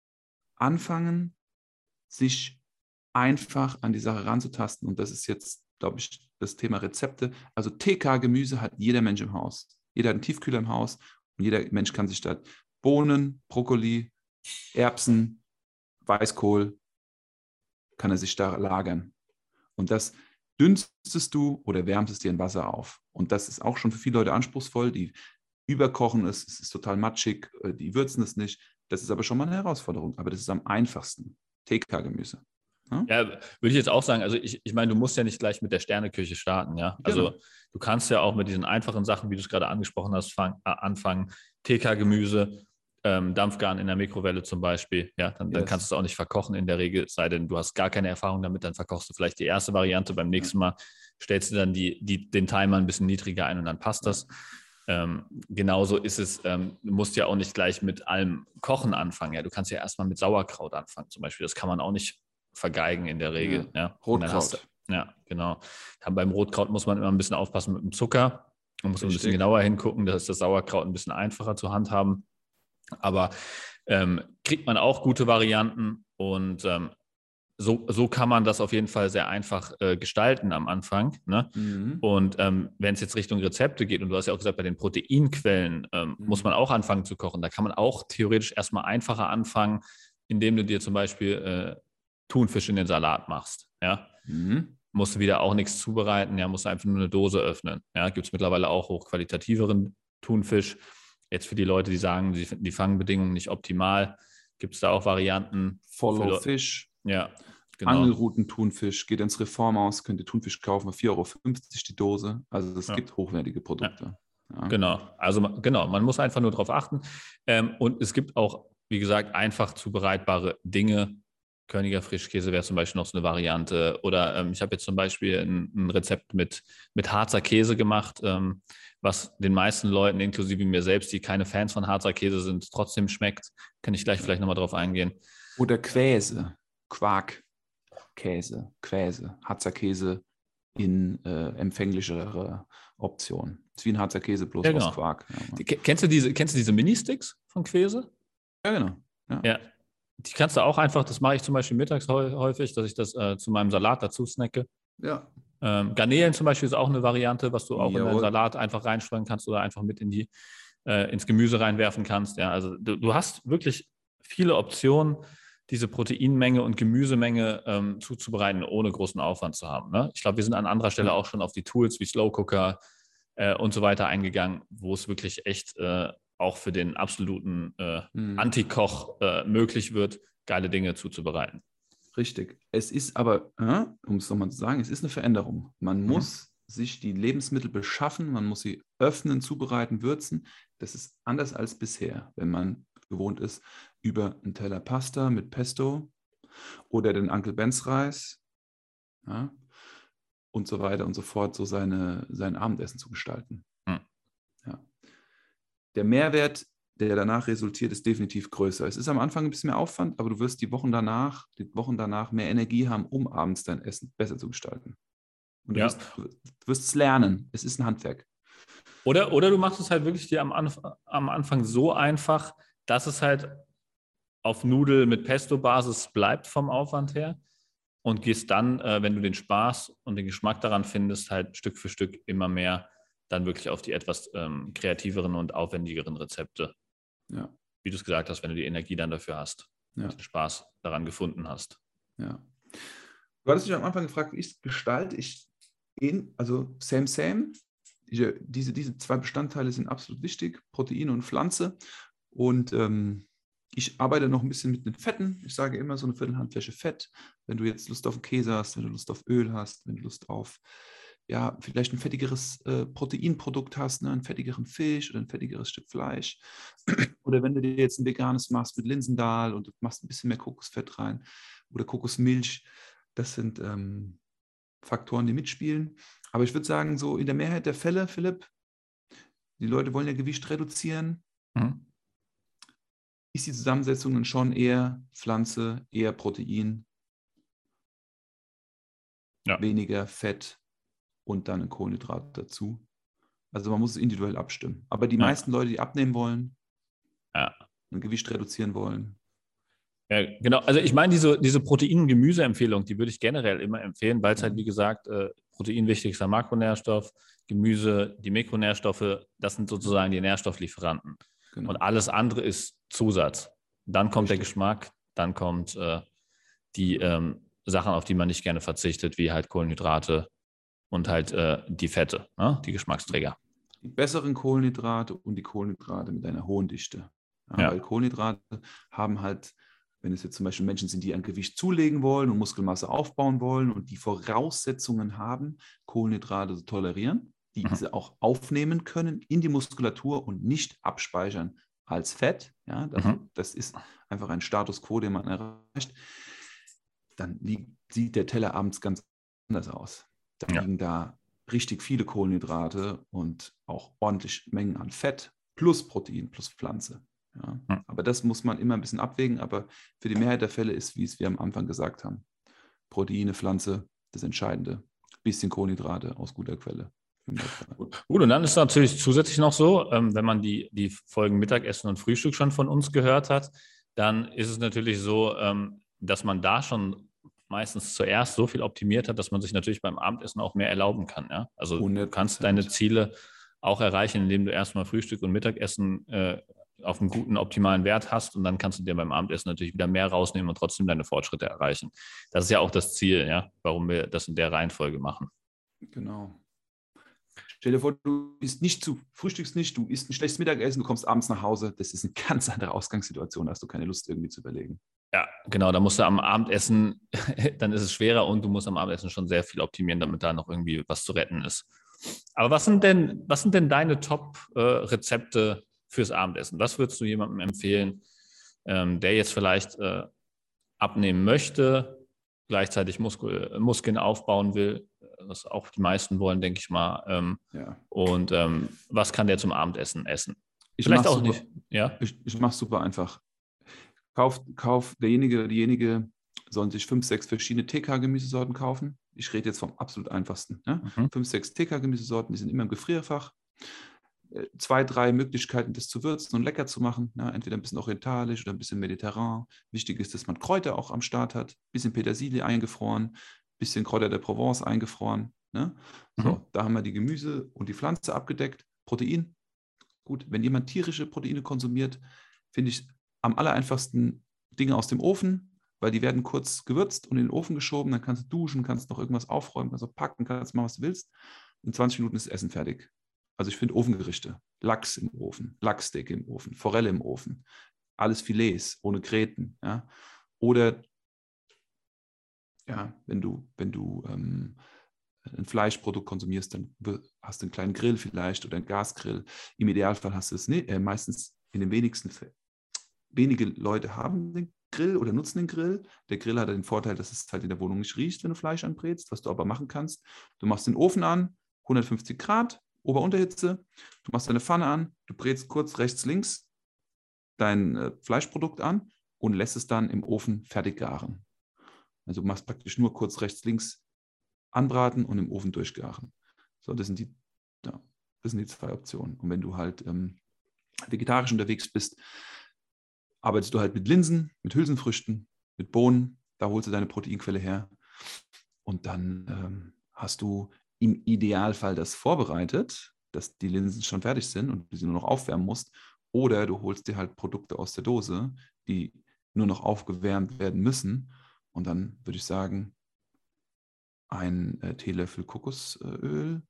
A: anfangen, sich einfach an die Sache ranzutasten. Und das ist jetzt, glaube ich, das Thema Rezepte. Also T K-Gemüse hat jeder Mensch im Haus. Jeder hat einen Tiefkühler im Haus und jeder Mensch kann sich da Bohnen, Brokkoli, Erbsen, Weißkohl, kann er sich da lagern. Und das dünstest du oder wärmst es dir in Wasser auf. Und das ist auch schon für viele Leute anspruchsvoll. Die überkochen es, es ist total matschig, die würzen es nicht. Das ist aber schon mal eine Herausforderung. Aber das ist am einfachsten. T K-Gemüse.
B: Ja? ja, würde ich jetzt auch sagen. Also ich, ich meine, du musst ja nicht gleich mit der Sterneküche starten. Ja? Also genau. Du kannst ja auch mit diesen einfachen Sachen, wie du es gerade angesprochen hast, fang, äh, anfangen. T K-Gemüse, ähm, Dampfgarn in der Mikrowelle zum Beispiel. Ja? Dann, yes. dann kannst du es auch nicht verkochen in der Regel. Es sei denn, du hast gar keine Erfahrung damit, dann verkochst du vielleicht die erste Variante. Beim nächsten Mal stellst du dann die, die, den Timer ein bisschen niedriger ein und dann passt das. Ähm, genauso ist es, ähm, du musst ja auch nicht gleich mit allem Kochen anfangen. Ja? Du kannst ja erstmal mit Sauerkraut anfangen zum Beispiel. Das kann man auch nicht vergeigen in der Regel. Ja. Ja?
A: Rotkraut.
B: Du, ja, genau. Dann beim Rotkraut muss man immer ein bisschen aufpassen mit dem Zucker. Man muss Richtig. ein bisschen genauer hingucken, dass das Sauerkraut ein bisschen einfacher zu handhaben. Aber ähm, kriegt man auch gute Varianten und ähm, So, so kann man das auf jeden Fall sehr einfach äh, gestalten am Anfang. Ne? Mhm. Und ähm, wenn es jetzt Richtung Rezepte geht, und du hast ja auch gesagt, bei den Proteinquellen ähm, mhm. muss man auch anfangen zu kochen. Da kann man auch theoretisch erstmal einfacher anfangen, indem du dir zum Beispiel äh, Thunfisch in den Salat machst. Ja? Mhm. Musst du wieder auch nichts zubereiten, ja, musst du einfach nur eine Dose öffnen. Ja? Gibt es mittlerweile auch hochqualitativeren Thunfisch. Jetzt für die Leute, die sagen, sie finden die Fangbedingungen nicht optimal, gibt es da auch Varianten.
A: Follow Fish.
B: Ja, genau.
A: Angelruten-Thunfisch, geht ins Reformhaus, könnt ihr Thunfisch kaufen, vier Euro fünfzig die Dose. Also es
B: ja.
A: gibt hochwertige Produkte. Ja.
B: Genau, also genau, man muss einfach nur darauf achten. Ähm, und es gibt auch, wie gesagt, einfach zubereitbare Dinge. Körniger Frischkäse wäre zum Beispiel noch so eine Variante. Oder ähm, ich habe jetzt zum Beispiel ein, ein Rezept mit, mit Harzer Käse gemacht, ähm, was den meisten Leuten, inklusive mir selbst, die keine Fans von Harzer Käse sind, trotzdem schmeckt. Kann ich gleich vielleicht nochmal drauf eingehen.
A: Oder Quäse, Quarkkäse, Quäse, Harzer Käse in äh, empfänglicherer Option. Das ist wie ein Harzer Käse, bloß
B: Ja,
A: aus
B: genau.
A: Quark. Ja,
B: Die, kennst du diese, kennst du diese Mini-Sticks von Quäse?
A: ja genau. Ja.
B: Ja, die kannst du auch einfach, das mache ich zum Beispiel mittags häufig, dass ich das äh, zu meinem Salat dazu snacke.
A: Ja.
B: Ähm, Garnelen zum Beispiel ist auch eine Variante, was du auch in deinen
A: Jawohl.
B: Salat einfach reinstreuen kannst oder einfach mit in die, äh, ins Gemüse reinwerfen kannst. Ja, also du, du hast wirklich viele Optionen, diese Proteinmenge und Gemüsemenge ähm, zuzubereiten, ohne großen Aufwand zu haben. Ne? Ich glaube, wir sind an anderer Stelle
A: Ja.
B: auch schon auf die Tools wie Slow Cooker äh, und so weiter eingegangen, wo es wirklich echt äh, auch für den absoluten äh,
A: Hm.
B: Antikoch äh, möglich wird, geile Dinge zuzubereiten.
A: Richtig. Es ist aber, äh, um es nochmal zu sagen, es ist eine Veränderung. Man
B: Mhm.
A: muss sich die Lebensmittel beschaffen, man muss sie öffnen, zubereiten, würzen. Das ist anders als bisher, wenn man gewohnt ist, über einen Teller Pasta mit Pesto oder den Uncle Ben's Reis, ja, und so weiter und so fort, so seine, sein Abendessen zu gestalten.
B: Mhm.
A: Ja. Der Mehrwert, der danach resultiert, ist definitiv größer. Es ist am Anfang ein bisschen mehr Aufwand, aber du wirst die Wochen danach, die Wochen danach mehr Energie haben, um abends dein Essen besser zu gestalten. Und du,
B: Ja.
A: wirst, du wirst es lernen. Es ist ein Handwerk.
B: Oder, oder du machst es halt wirklich dir am, Anf am Anfang so einfach, dass es halt auf Nudel mit Pesto-Basis bleibt vom Aufwand her und gehst dann, äh, wenn du den Spaß und den Geschmack daran findest, halt Stück für Stück immer mehr dann wirklich auf die etwas ähm, kreativeren und aufwendigeren Rezepte.
A: Ja.
B: Wie du es gesagt hast, wenn du die Energie dann dafür hast
A: Ja.
B: und den Spaß daran gefunden hast.
A: Ja. Du hattest dich am Anfang gefragt, wie ich es gestalte. Ich, in, also same, same. Diese, diese, diese zwei Bestandteile sind absolut wichtig, Protein und Pflanze. Und ähm, ich arbeite noch ein bisschen mit den Fetten. Ich sage immer so eine Viertelhandfläche Fett. Wenn du jetzt Lust auf Käse hast, wenn du Lust auf Öl hast, wenn du Lust auf, ja, vielleicht ein fettigeres äh, Proteinprodukt hast, ne, einen fettigeren Fisch oder ein fettigeres Stück Fleisch. Oder wenn du dir jetzt ein veganes machst mit Linsendahl und du machst ein bisschen mehr Kokosfett rein oder Kokosmilch. Das sind ähm, Faktoren, die mitspielen. Aber ich würde sagen, so in der Mehrheit der Fälle, Philipp, die Leute wollen ja Gewicht reduzieren,
B: Mhm.
A: ist die Zusammensetzung dann schon eher Pflanze, eher Protein,
B: Ja.
A: weniger Fett und dann ein Kohlenhydrat dazu. Also man muss es individuell abstimmen. Aber die
B: Ja.
A: meisten Leute, die abnehmen wollen,
B: Ja.
A: und Gewicht reduzieren wollen.
B: Ja, genau. Also ich meine, diese, diese Protein-Gemüse-Empfehlung, die würde ich generell immer empfehlen, weil es halt, wie gesagt, äh, Protein wichtigster Makronährstoff, Gemüse, die Mikronährstoffe, das sind sozusagen die Nährstofflieferanten.
A: Genau.
B: Und alles andere ist Zusatz. Dann kommt
A: Richtig.
B: der Geschmack, dann kommt äh, die ähm, Sachen, auf die man nicht gerne verzichtet, wie halt Kohlenhydrate und halt äh, die Fette, ne? Die Geschmacksträger.
A: Die besseren Kohlenhydrate und die Kohlenhydrate mit einer hohen Dichte. Ja,
B: Ja.
A: Weil Kohlenhydrate haben halt, wenn es jetzt zum Beispiel Menschen sind, die an Gewicht zulegen wollen und Muskelmasse aufbauen wollen und die Voraussetzungen haben, Kohlenhydrate zu tolerieren, die
B: Mhm.
A: sie auch aufnehmen können in die Muskulatur und nicht abspeichern als Fett. Ja, dafür,
B: Mhm.
A: das ist einfach ein Status quo, den man erreicht. Dann liegt, sieht der Teller abends ganz anders aus. Dann
B: Ja.
A: liegen da richtig viele Kohlenhydrate und auch ordentlich Mengen an Fett plus Protein plus Pflanze. Ja.
B: Mhm.
A: Aber das muss man immer ein bisschen abwägen. Aber für die Mehrheit der Fälle ist, wie es wir am Anfang gesagt haben, Proteine, Pflanze, das Entscheidende. Bisschen Kohlenhydrate aus guter Quelle.
B: Gut, und dann ist natürlich zusätzlich noch so, ähm, wenn man die, die Folgen Mittagessen und Frühstück schon von uns gehört hat, dann ist es natürlich so, ähm, dass man da schon meistens zuerst so viel optimiert hat, dass man sich natürlich beim Abendessen auch mehr erlauben kann. Ja? Also du kannst deine Ziele auch erreichen, indem du erstmal Frühstück und Mittagessen äh, auf einen guten, optimalen Wert hast und dann kannst du dir beim Abendessen natürlich wieder mehr rausnehmen und trotzdem deine Fortschritte erreichen. Das ist ja auch das Ziel, ja, warum wir das in der Reihenfolge machen.
A: Genau. Stell dir vor, du isst nicht zu, frühstückst nicht, du isst ein schlechtes Mittagessen, du kommst abends nach Hause. Das ist eine ganz andere Ausgangssituation, da hast du keine Lust irgendwie zu überlegen.
B: Ja, genau, da musst du am Abendessen, dann ist es schwerer und du musst am Abendessen schon sehr viel optimieren, damit da noch irgendwie was zu retten ist. Aber was sind denn, was sind denn deine Top-Rezepte äh, fürs Abendessen? Was würdest du jemandem empfehlen, ähm, der jetzt vielleicht äh, abnehmen möchte, gleichzeitig Muskel, Muskeln aufbauen will, was auch die meisten wollen, denke ich mal. Ähm,
A: Ja.
B: Und ähm, was kann der zum Abendessen essen?
A: Ich
B: Vielleicht auch
A: super,
B: nicht. Ja?
A: Ich, ich mache es super einfach. Kauf, kauf derjenige oder diejenige sollen sich fünf, sechs verschiedene T K-Gemüsesorten kaufen. Ich rede jetzt vom absolut einfachsten. Ne?
B: Mhm.
A: Fünf, sechs T K-Gemüsesorten, die sind immer im Gefrierfach. Zwei, drei Möglichkeiten, das zu würzen und lecker zu machen. Ne? Entweder ein bisschen orientalisch oder ein bisschen mediterran. Wichtig ist, dass man Kräuter auch am Start hat. Ein bisschen Petersilie eingefroren, ein bisschen Kräuter der Provence eingefroren. Ne? So,
B: Mhm.
A: da haben wir die Gemüse und die Pflanze abgedeckt. Protein. Gut, wenn jemand tierische Proteine konsumiert, finde ich am aller einfachsten Dinge aus dem Ofen, weil die werden kurz gewürzt und in den Ofen geschoben. Dann kannst du duschen, kannst noch irgendwas aufräumen, kannst auch packen, kannst machen, was du willst. In zwanzig Minuten ist das Essen fertig. Also ich finde Ofengerichte, Lachs im Ofen, Lachssteak im Ofen, Forelle im Ofen, alles Filets ohne Gräten. Ja? Oder ja, wenn du, wenn du ähm, ein Fleischprodukt konsumierst, dann hast du einen kleinen Grill vielleicht oder einen Gasgrill. Im Idealfall hast du es nicht, äh, meistens in den wenigsten Fällen. Wenige Leute haben den Grill oder nutzen den Grill. Der Grill hat den Vorteil, dass es halt in der Wohnung nicht riecht, wenn du Fleisch anbrätst, was du aber machen kannst. Du machst den Ofen an, hundertfünfzig Grad, Ober-Unterhitze. Du machst deine Pfanne an, du brätst kurz rechts, links dein äh, Fleischprodukt an und lässt es dann im Ofen fertig garen. Also du machst praktisch nur kurz rechts, links anbraten und im Ofen durchgaren. So, das sind die, ja, das sind die zwei Optionen. Und wenn du halt ähm, vegetarisch unterwegs bist, arbeitest du halt mit Linsen, mit Hülsenfrüchten, mit Bohnen, da holst du deine Proteinquelle her. Und dann ähm, hast du im Idealfall das vorbereitet, dass die Linsen schon fertig sind und du sie nur noch aufwärmen musst. Oder du holst dir halt Produkte aus der Dose, die nur noch aufgewärmt werden müssen. Und dann würde ich sagen, ein äh, Teelöffel Kokosöl,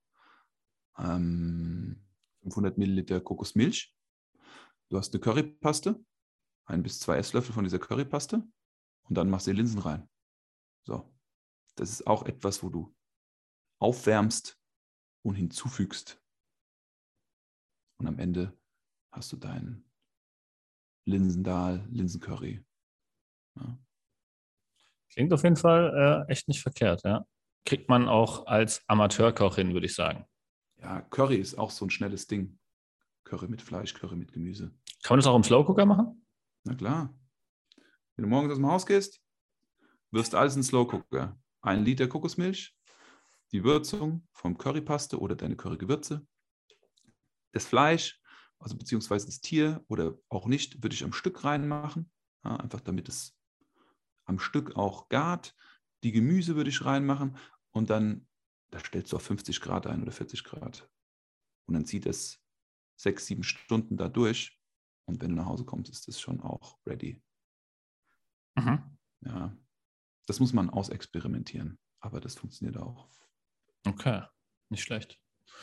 A: ähm, fünfhundert Milliliter Kokosmilch. Du hast eine Currypaste, ein bis zwei Esslöffel von dieser Currypaste und dann machst du die Linsen rein. So, das ist auch etwas, wo du aufwärmst und hinzufügst. Und am Ende hast du dein Linsendal, Linsencurry. Ja.
B: Klingt auf jeden Fall äh, echt nicht verkehrt, ja. Kriegt man auch als Amateurkoch hin, würde ich sagen.
A: Ja, Curry ist auch so ein schnelles Ding. Curry mit Fleisch, Curry mit Gemüse.
B: Kann man das auch im Slowcooker machen?
A: Na klar. Wenn du morgens aus dem Haus gehst, wirfst alles in Slowcooker. Ein Liter Kokosmilch, die Würzung vom Currypaste oder deine Currygewürze, das Fleisch, also beziehungsweise das Tier oder auch nicht, würde ich am Stück reinmachen. Ja, einfach damit es am Stück auch gart. Die Gemüse würde ich reinmachen und dann, da stellst du auf fünfzig Grad ein oder vierzig Grad. Und dann zieht es sechs, sieben Stunden da durch. Und wenn du nach Hause kommst, ist das schon auch ready.
B: Mhm.
A: Ja, das muss man ausexperimentieren, aber das funktioniert auch.
B: Okay, nicht schlecht.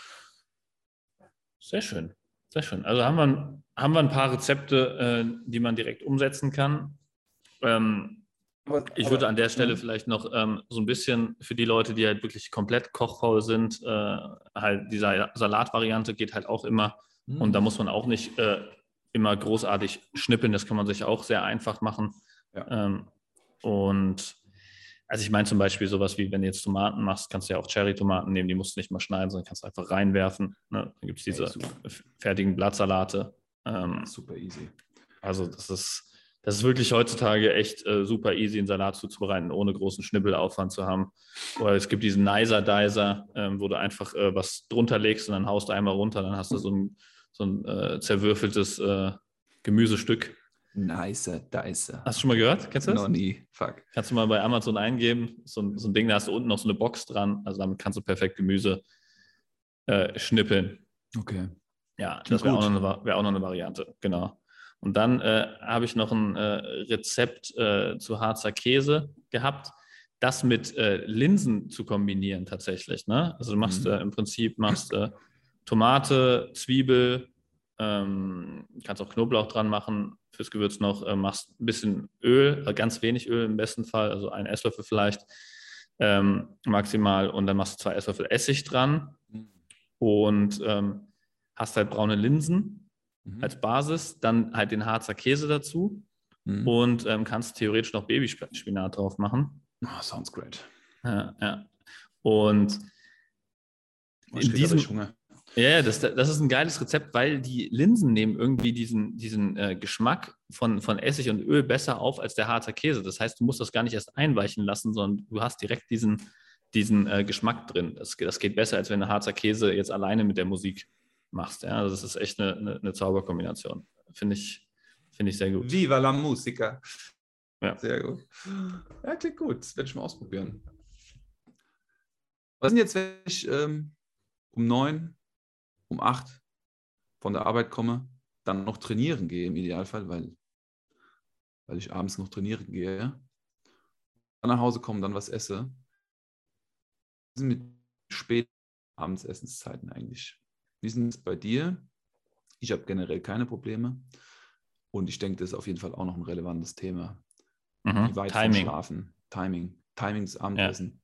B: Sehr schön, sehr schön. Also haben wir, haben wir ein paar Rezepte, äh, die man direkt umsetzen kann. Ähm,
A: Aber,
B: ich
A: aber,
B: würde an der Stelle
A: ja.
B: vielleicht noch ähm, so ein bisschen für die Leute, die halt wirklich komplett kochfaul sind, äh, halt die Salatvariante geht halt auch immer.
A: Hm.
B: Und da muss man auch nicht äh, immer großartig schnippeln. Das kann man sich auch sehr einfach machen.
A: Ja.
B: Ähm, und also ich meine zum Beispiel sowas wie, wenn du jetzt Tomaten machst, kannst du ja auch Cherry-Tomaten nehmen, die musst du nicht mal schneiden, sondern kannst einfach reinwerfen. Ne? Dann gibt es diese
A: Ey,
B: fertigen Blattsalate. Ähm,
A: ja, super easy.
B: Also das ist, das ist wirklich heutzutage echt äh, super easy, einen Salat zuzubereiten, ohne großen Schnippelaufwand zu haben. Oder es gibt diesen Nicer-Dicer, ähm, wo du einfach äh, was drunter legst und dann haust du einmal runter, dann hast du so ein, so ein äh, zerwürfeltes äh, Gemüsestück.
A: Nicer Dicer.
B: Hast du schon mal gehört? Kennst du das?
A: Noch nie. Fuck.
B: Kannst du mal bei Amazon eingeben, so ein, so ein Ding, da hast du unten noch so eine Box dran, also damit kannst du perfekt Gemüse äh, schnippeln.
A: Okay.
B: Ja,
A: Klingt
B: das wäre auch,
A: gut.
B: noch eine- wär auch noch eine Variante, genau. Und dann äh, habe ich noch ein äh, Rezept äh, zu Harzer Käse gehabt, das mit äh, Linsen zu kombinieren tatsächlich. Ne? Also du machst
A: Mhm.
B: äh, im Prinzip machst äh, Tomate, Zwiebel, ähm, kannst auch Knoblauch dran machen, fürs Gewürz noch, äh, machst ein bisschen Öl, äh, ganz wenig Öl im besten Fall, also einen Esslöffel vielleicht ähm, maximal und dann machst du zwei Esslöffel Essig dran. und ähm, hast halt braune Linsen
A: Mhm.
B: als Basis, dann halt den Harzer Käse dazu
A: Mhm.
B: und ähm, kannst theoretisch noch Babyspinat drauf machen.
A: Oh, sounds great.
B: Ja, ja. Und
A: Oh, ich
B: in
A: kriege richtig
B: diesem,
A: Hunger.
B: ja, ja, das, das ist ein geiles Rezept, weil die Linsen nehmen irgendwie diesen, diesen äh, Geschmack von, von Essig und Öl besser auf als der Harzer Käse. Das heißt, du musst das gar nicht erst einweichen lassen, sondern du hast direkt diesen, diesen äh, Geschmack drin. Das, das geht besser, als wenn du Harzer Käse jetzt alleine mit der Musik machst. Ja? Also das ist echt eine, eine, eine Zauberkombination. Finde ich, finde ich sehr gut.
A: Viva la musica.
B: Ja.
A: Sehr gut. Ja, klingt gut. Das werde ich mal ausprobieren. Was ist denn jetzt, wenn ich ähm, um neun, um acht von der Arbeit komme, dann noch trainieren gehe im Idealfall, weil, weil ich abends noch trainieren gehe, dann nach Hause komme, dann was esse. Was sind mit spät Abendsessenszeiten eigentlich? Wie sind es bei dir? Ich habe generell keine Probleme und ich denke, das ist auf jeden Fall auch noch ein relevantes Thema.
B: Mhm.
A: Wie weit vom
B: Timing.
A: Schlafen? Timing. Timing des
B: Ja.
A: Abendessen.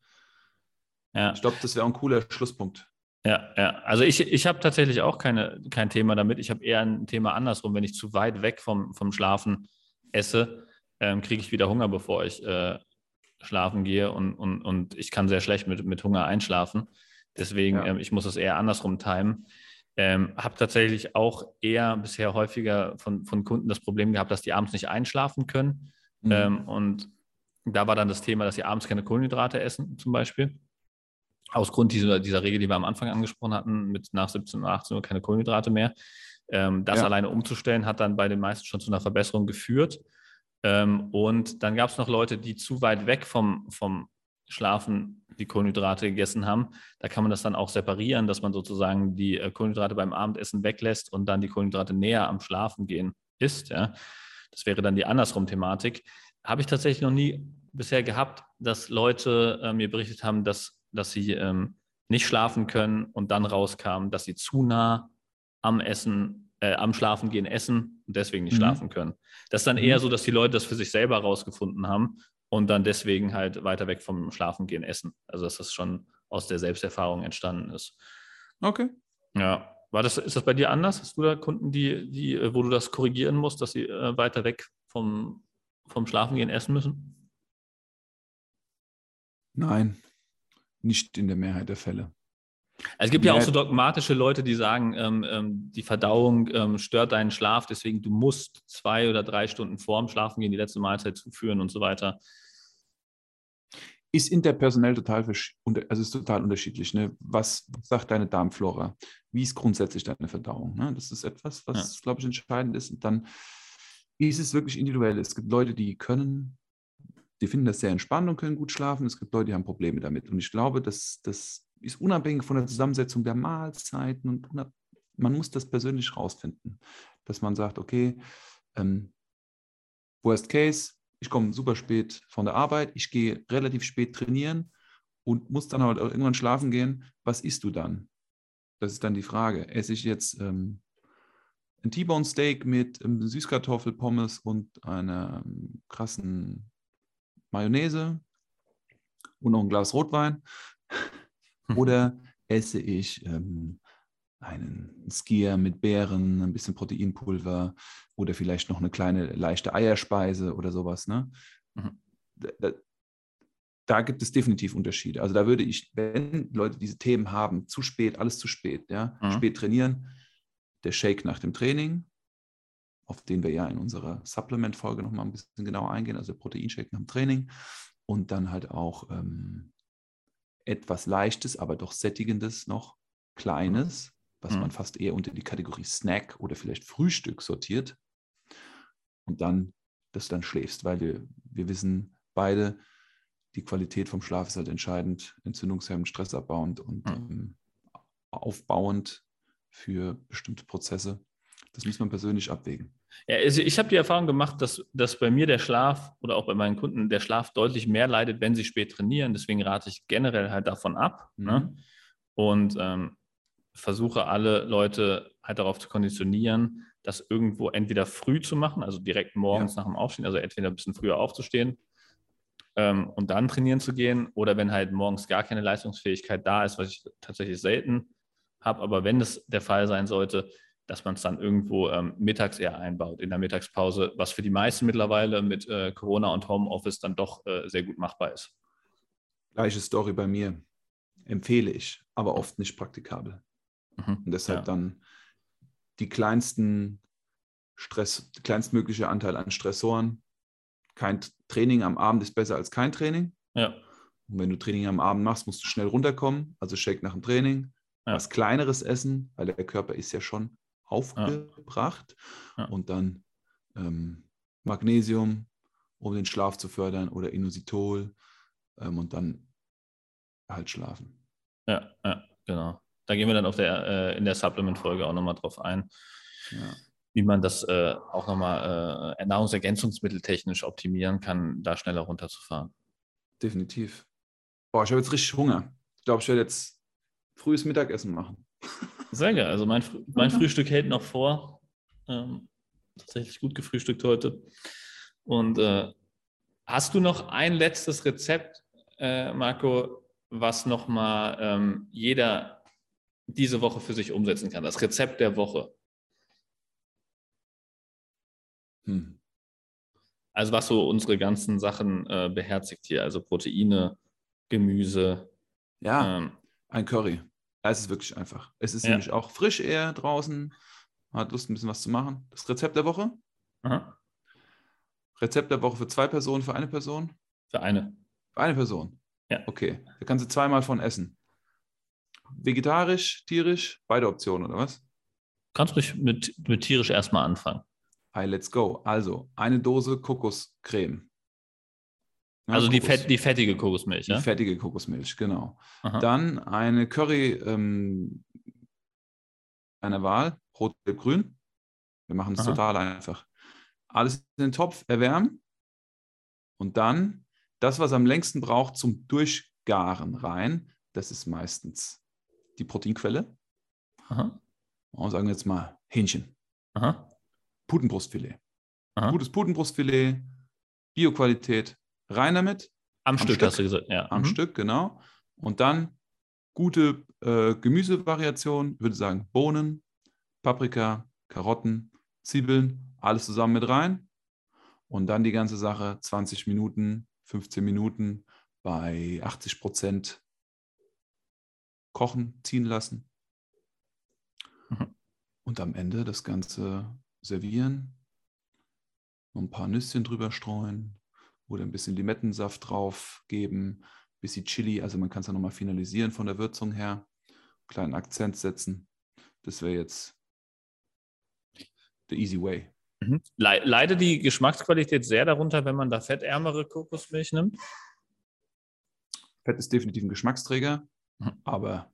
B: Ja.
A: Ich glaube, das wäre ein cooler Schlusspunkt.
B: Ja, ja. Also ich, ich habe tatsächlich auch keine, kein Thema damit. Ich habe eher ein Thema andersrum. Wenn ich zu weit weg vom, vom Schlafen esse, ähm, kriege ich wieder Hunger, bevor ich äh, schlafen gehe und, und, und ich kann sehr schlecht mit, mit Hunger einschlafen. Deswegen,
A: Ja.
B: ähm, ich muss es eher andersrum timen. Ähm, habe tatsächlich auch eher bisher häufiger von, von Kunden das Problem gehabt, dass die abends nicht einschlafen können.
A: Mhm.
B: Ähm, und da war dann das Thema, dass sie abends keine Kohlenhydrate essen, zum Beispiel. Aus Grund dieser, dieser Regel, die wir am Anfang angesprochen hatten, mit nach siebzehn Uhr, achtzehn Uhr keine Kohlenhydrate mehr. Ähm, das
A: Ja.
B: alleine umzustellen, hat dann bei den meisten schon zu einer Verbesserung geführt. Ähm, und dann gab es noch Leute, die zu weit weg vom, vom Schlafen die Kohlenhydrate gegessen haben. Da kann man das dann auch separieren, dass man sozusagen die äh, Kohlenhydrate beim Abendessen weglässt und dann die Kohlenhydrate näher am Schlafen gehen isst. Ja. Das wäre dann die andersrum Thematik. Habe ich tatsächlich noch nie bisher gehabt, dass Leute äh, mir berichtet haben, dass, dass sie ähm, nicht schlafen können und dann rauskamen, dass sie zu nah am Essen, äh, am Schlafen gehen essen und deswegen nicht
A: Mhm.
B: schlafen können. Das ist dann
A: Mhm.
B: eher so, dass die Leute das für sich selber rausgefunden haben und dann deswegen halt weiter weg vom Schlafen gehen essen. Also dass das schon aus der Selbsterfahrung entstanden ist.
A: Okay.
B: Ja. War das, ist das bei dir anders? Hast du da Kunden, die, die, wo du das korrigieren musst, dass sie äh, weiter weg vom, vom Schlafen gehen essen müssen?
A: Nein, nicht in der Mehrheit der Fälle.
B: Es gibt ja auch
A: Mehrheit,
B: so dogmatische Leute, die sagen, ähm, ähm, die Verdauung ähm, stört deinen Schlaf, deswegen du musst zwei oder drei Stunden vorm Schlafen gehen die letzte Mahlzeit zuführen und so weiter.
A: ist interpersonell total, also ist total unterschiedlich. Ne? Was, was sagt deine Darmflora? Wie ist grundsätzlich deine Verdauung? Ne? Das ist etwas, was, ja. glaube ich, entscheidend ist. Und dann ist es wirklich individuell. Es gibt Leute, die können, die finden das sehr entspannt und können gut schlafen. Es gibt Leute, die haben Probleme damit. Und ich glaube, dass das ist unabhängig von der Zusammensetzung der Mahlzeiten und man muss das persönlich rausfinden, dass man sagt, okay, ähm, worst case, ich komme super spät von der Arbeit, ich gehe relativ spät trainieren und muss dann halt irgendwann schlafen gehen. Was isst du dann? Das ist dann die Frage. Esse ich jetzt ähm, ein T-Bone Steak mit ähm, Süßkartoffelpommes und einer ähm, krassen Mayonnaise und noch ein Glas Rotwein? Oder esse ich ähm, einen Skier mit Beeren, ein bisschen Proteinpulver oder vielleicht noch eine kleine leichte Eierspeise oder sowas. Ne?
B: Mhm.
A: Da, da gibt es definitiv Unterschiede. Also da würde ich, wenn Leute diese Themen haben, zu spät, alles zu spät, ja,
B: Mhm.
A: spät trainieren, der Shake nach dem Training, auf den wir ja in unserer Supplement-Folge nochmal ein bisschen genauer eingehen, also der Proteinshake nach dem Training und dann halt auch ähm, etwas Leichtes, aber doch Sättigendes noch, Kleines, was
B: mhm.
A: man fast eher unter die Kategorie Snack oder vielleicht Frühstück sortiert und dann, dass du dann schläfst, weil wir, wir wissen beide, die Qualität vom Schlaf ist halt entscheidend, entzündungshemmend, stressabbauend und
B: mhm.
A: ähm, aufbauend für bestimmte Prozesse. Das muss man persönlich abwägen.
B: Ja, also ich habe die Erfahrung gemacht, dass, dass bei mir der Schlaf oder auch bei meinen Kunden der Schlaf deutlich mehr leidet, wenn sie spät trainieren. Deswegen rate ich generell halt davon ab. Mhm. Ne? Und ähm, versuche alle Leute halt darauf zu konditionieren, das irgendwo entweder früh zu machen, also direkt morgens ja. nach dem Aufstehen, also entweder ein bisschen früher aufzustehen ähm, und dann trainieren zu gehen, oder wenn halt morgens gar keine Leistungsfähigkeit da ist, was ich tatsächlich selten habe, aber wenn es der Fall sein sollte, dass man es dann irgendwo ähm, mittags eher einbaut, in der Mittagspause, was für die meisten mittlerweile mit äh, Corona und Homeoffice dann doch äh, sehr gut machbar ist.
A: Gleiche Story bei mir. Empfehle ich, aber oft nicht praktikabel.
B: Mhm.
A: Und deshalb
B: Ja.
A: dann die kleinsten Stress, der kleinstmögliche Anteil an Stressoren. Kein Training am Abend ist besser als kein Training.
B: Ja.
A: Und wenn du Training am Abend machst, musst du schnell runterkommen. Also Shake nach dem Training.
B: Ja.
A: Was Kleineres essen, weil der Körper ist ja schon aufgebracht.
B: Ja.
A: Und dann ähm, Magnesium, um den Schlaf zu fördern, oder Inositol ähm, und dann halt schlafen.
B: Ja, ja, genau. Da gehen wir dann auf der, äh, in der Supplement-Folge auch nochmal drauf ein,
A: Ja.
B: wie man das äh, auch nochmal äh, nahrungsergänzungsmitteltechnisch optimieren kann, da schneller runterzufahren.
A: Definitiv. Boah, ich habe jetzt richtig Hunger. Ich glaube, ich werde jetzt frühes Mittagessen machen.
B: Sehr geil. Also mein, mein Frühstück hält noch vor. Ähm, tatsächlich gut gefrühstückt heute. Und äh, hast du noch ein letztes Rezept, äh, Marco, was nochmal ähm, jeder diese Woche für sich umsetzen kann? Das Rezept der Woche.
A: Hm.
B: Also was so unsere ganzen Sachen äh, beherzigt hier. Also Proteine, Gemüse.
A: Ja,
B: Ähm,
A: ein Curry. Ja, es ist wirklich einfach. Es ist
B: ja.
A: nämlich auch frisch eher draußen. Man hat Lust, ein bisschen was zu machen. Das Rezept der Woche?
B: Aha.
A: Rezept der Woche für zwei Personen, für eine Person?
B: Für eine.
A: Für eine Person.
B: Ja.
A: Okay, da kannst du zweimal von essen. Vegetarisch, tierisch, beide Optionen, oder was?
B: Kannst ruhig mit, mit tierisch erstmal anfangen.
A: Hi, let's go. Also, eine Dose Kokoscreme. Ja,
B: Also die,
A: Kokos.
B: Fett, die fettige Kokosmilch,
A: Die
B: ja?
A: fettige Kokosmilch, genau.
B: Aha.
A: Dann eine Curry ähm, einer Wahl, rot, gelb, grün. Wir machen es
B: Aha.
A: total einfach. Alles in den Topf erwärmen und dann das, was am längsten braucht zum Durchgaren rein, das ist meistens die Proteinquelle.
B: Aha.
A: Und sagen wir jetzt mal Hähnchen.
B: Aha.
A: Putenbrustfilet.
B: Aha.
A: Gutes Putenbrustfilet, Bioqualität, rein damit.
B: Am,
A: Am
B: Stück,
A: Stück
B: hast du gesagt, ja.
A: Am
B: Mhm.
A: Stück, genau. Und dann gute äh, Gemüsevariation, würde sagen Bohnen, Paprika, Karotten, Zwiebeln, alles zusammen mit rein. Und dann die ganze Sache zwanzig Minuten, fünfzehn Minuten bei achtzig Prozent kochen, ziehen lassen.
B: Mhm.
A: Und am Ende das Ganze servieren. Noch ein paar Nüsschen drüber streuen oder ein bisschen Limettensaft drauf geben, ein bisschen Chili, also man kann es ja nochmal finalisieren von der Würzung her, einen kleinen Akzent setzen. Das wäre jetzt the easy way.
B: Mhm. Le leidet die Geschmacksqualität sehr darunter, wenn man da fettärmere Kokosmilch nimmt?
A: Fett ist definitiv ein Geschmacksträger,
B: Mhm.
A: aber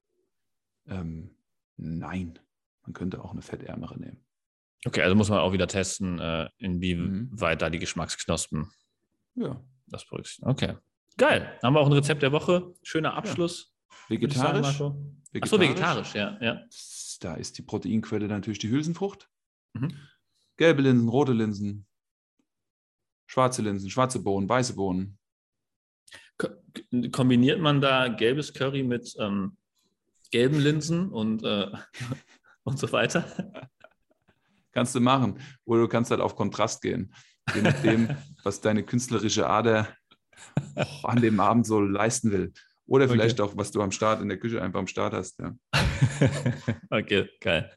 A: ähm, nein, man könnte auch eine fettärmere nehmen.
B: Okay, also muss man auch wieder testen, äh, inwieweit
A: Mhm.
B: da die Geschmacksknospen
A: Ja.
B: das berücksichtigen. Okay, geil. Haben wir auch ein Rezept der Woche. Schöner Abschluss.
A: Vegetarisch.
B: Würde ich sagen, Marco. Achso, vegetarisch, ja. ja.
A: Da ist die Proteinquelle natürlich die Hülsenfrucht.
B: Mhm.
A: Gelbe Linsen, rote Linsen, schwarze Linsen, schwarze Bohnen, weiße Bohnen.
B: Ko kombiniert man da gelbes Curry mit ähm, gelben Linsen und, äh, und so weiter?
A: Kannst du machen. Oder du kannst halt auf Kontrast gehen. Je nachdem, was deine künstlerische Ader oh, an dem Abend so leisten will. Oder vielleicht okay. auch, was du am Start in der Küche einfach am Start hast. Ja.
B: Okay, geil.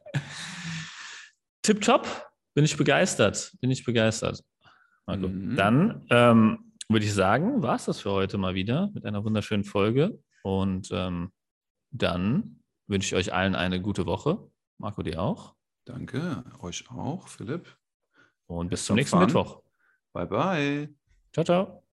B: Tipptopp, bin ich begeistert. Bin ich begeistert. Marco. Mhm. Dann ähm, würde ich sagen, war es das für heute mal wieder mit einer wunderschönen Folge. Und ähm, dann wünsche ich euch allen eine gute Woche. Marco, dir auch.
A: Danke, euch auch, Philipp.
B: Und bis zum nächsten Mittwoch.
A: Bye, bye.
B: Ciao, ciao.